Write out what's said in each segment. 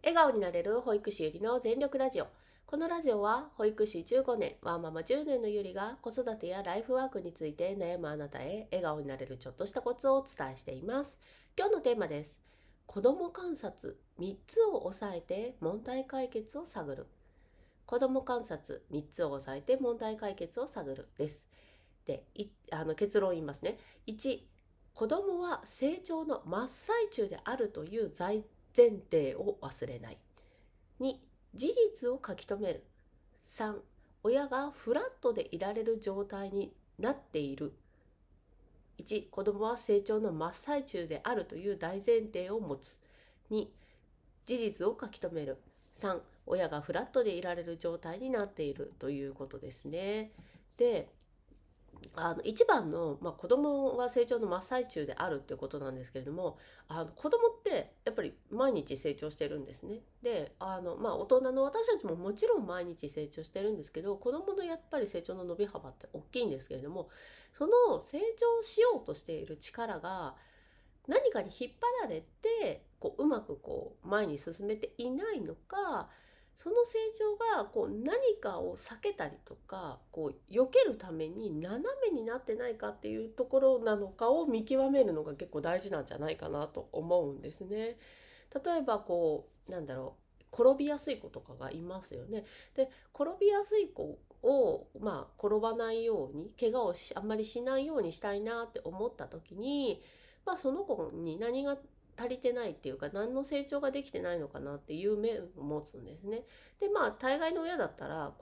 笑顔になれる保育士ゆりの全力ラジオ。このラジオは保育士15年、ワーママ10年のゆりが子育てやライフワークについて悩むあなたへ笑顔になれるちょっとしたコツをお伝えしています。今日のテーマです。子ども観察3つを抑えて問題解決を探る。子ども観察3つを抑えて問題解決を探るです。で、結論を言いますね。1、子どもは成長の真っ最中であるという前提を忘れない。2、事実を書き留める。3、親がフラットでいられる状態になっている。1、子どもは成長の真っ最中であるという大前提を持つ。2、事実を書き留める。3、親がフラットでいられる状態になっているということですね。で、一番の、子供は成長の真っ最中であるっていうことなんですけれども、子供ってやっぱり毎日成長してるんですね。で、大人の私たちももちろん毎日成長してるんですけど、子供のやっぱり成長の伸び幅って大きいんですけれども、その成長しようとしている力が何かに引っ張られてうまく前に進めていないのか、その成長が何かを避けたりとか避けるために斜めになってないかっていうところなのかを見極めるのが結構大事なんじゃないかなと思うんですね。例えば転びやすい子とかがいますよね。で、転びやすい子を、転ばないように怪我をあんまりしないようにしたいなって思った時に、その子に何が足りてないっていうか、何の成長ができてないのかなっていう目を持つんですね。で、大概の親だったら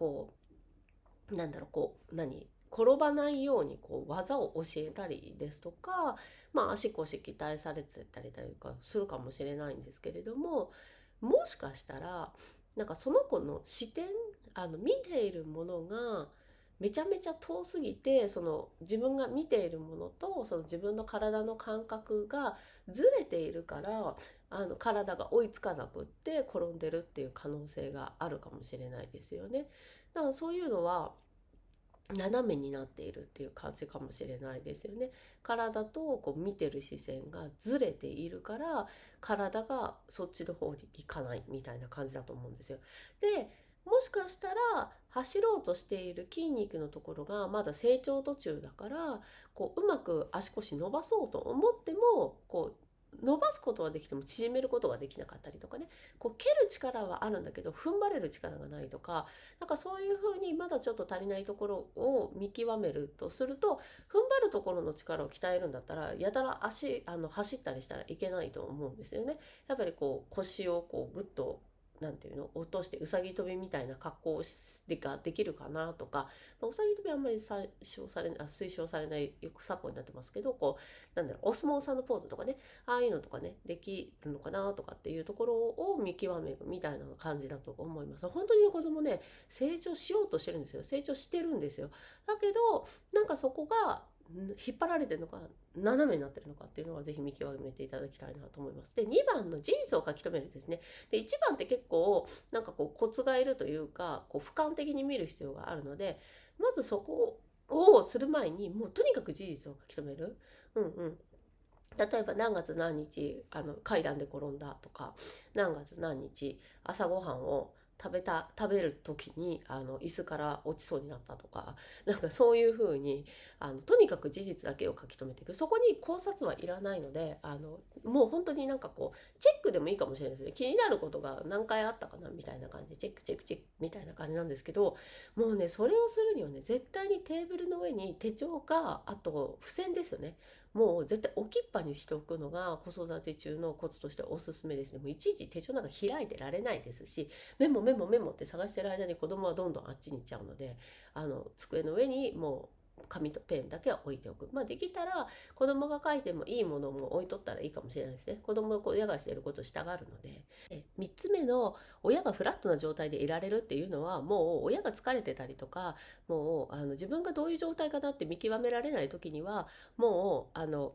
転ばないように技を教えたりですとか、足腰鍛えされてたりとかするかもしれないんですけれども、もしかしたらその子の視点、見ているものがめちゃめちゃ遠すぎて、その自分が見ているものとその自分の体の感覚がずれているから、体が追いつかなくって転んでるっていう可能性があるかもしれないですよね。だからそういうのは斜めになっているっていう感じかもしれないですよね。体と見てる視線がずれているから、体がそっちの方に行かないみたいな感じだと思うんですよ。で、もしかしたら走ろうとしている筋肉のところがまだ成長途中だから、うまく足腰伸ばそうと思っても伸ばすことはできても縮めることができなかったりとかね、蹴る力はあるんだけど踏ん張れる力がないとか、そういうふうにまだちょっと足りないところを見極めるとすると、踏ん張るところの力を鍛えるんだったらやたら走ったりしたらいけないと思うんですよね。やっぱり腰をグッとなんていうの落としてうさぎ跳びみたいな格好ができるかなとか、うさぎ跳びはあんまり推奨されないよく作法になってますけど、お相撲さんのポーズとかね、ああいうのとかねできるのかなとかっていうところを見極めるみたいな感じだと思います。本当に子供ね、成長しようとしてるんですよ。成長してるんですよ。だけどそこが引っ張られてるのか斜めになってるのかっていうのはぜひ見極めていただきたいなと思います。で、2番の事実を書き留めるですね。で、1番って結構コツがいるというか俯瞰的に見る必要があるので、まずそこをする前にもうとにかく事実を書き留める。例えば何月何日階段で転んだとか、何月何日朝ごはんを食べる時に椅子から落ちそうになったとか、そういうふうにとにかく事実だけを書き留めていく。そこに考察はいらないので、もう本当にチェックでもいいかもしれないですね。気になることが何回あったかなみたいな感じでチェックチェックチェックみたいな感じなんですけど、もうね、それをするにはね、絶対にテーブルの上に手帳か、あと付箋ですよね。もう絶対置きっぱにしておくのが子育て中のコツとしておすすめですね。もういちいち手帳なんか開いてられないですし、メモメモメモって探してる間に子供はどんどんあっちに行っちゃうので、机の上にもう紙とペンだけは置いておく。できたら子供が書いてもいいものも置いとったらいいかもしれないですね。子供が親がしていることをしたがるので。3つ目の親がフラットな状態でいられるっていうのは、もう親が疲れてたりとか、もう自分がどういう状態かなって見極められない時には、もう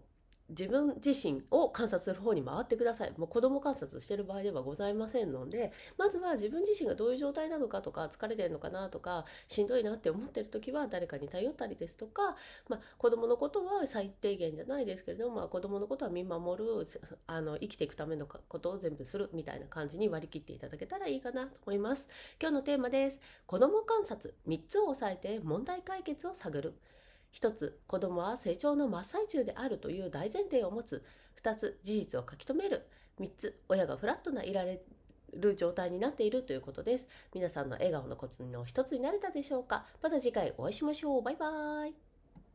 自分自身を観察する方に回ってください。もう子供観察している場合ではございませんので、まずは自分自身がどういう状態なのかとか、疲れてるのかなとか、しんどいなって思ってる時は誰かに頼ったりですとか、子供のことは最低限じゃないですけれども、子供のことは見守る、生きていくためのことを全部するみたいな感じに割り切っていただけたらいいかなと思います。今日のテーマです。子供観察3つを押さえて問題解決を探る。1つ、子供は成長の真っ最中であるという大前提を持つ。2つ、事実を書き留める。3つ、親がフラットないられる状態になっているということです。皆さんの笑顔のコツの一つになれたでしょうか。また次回お会いしましょう。バイバイ。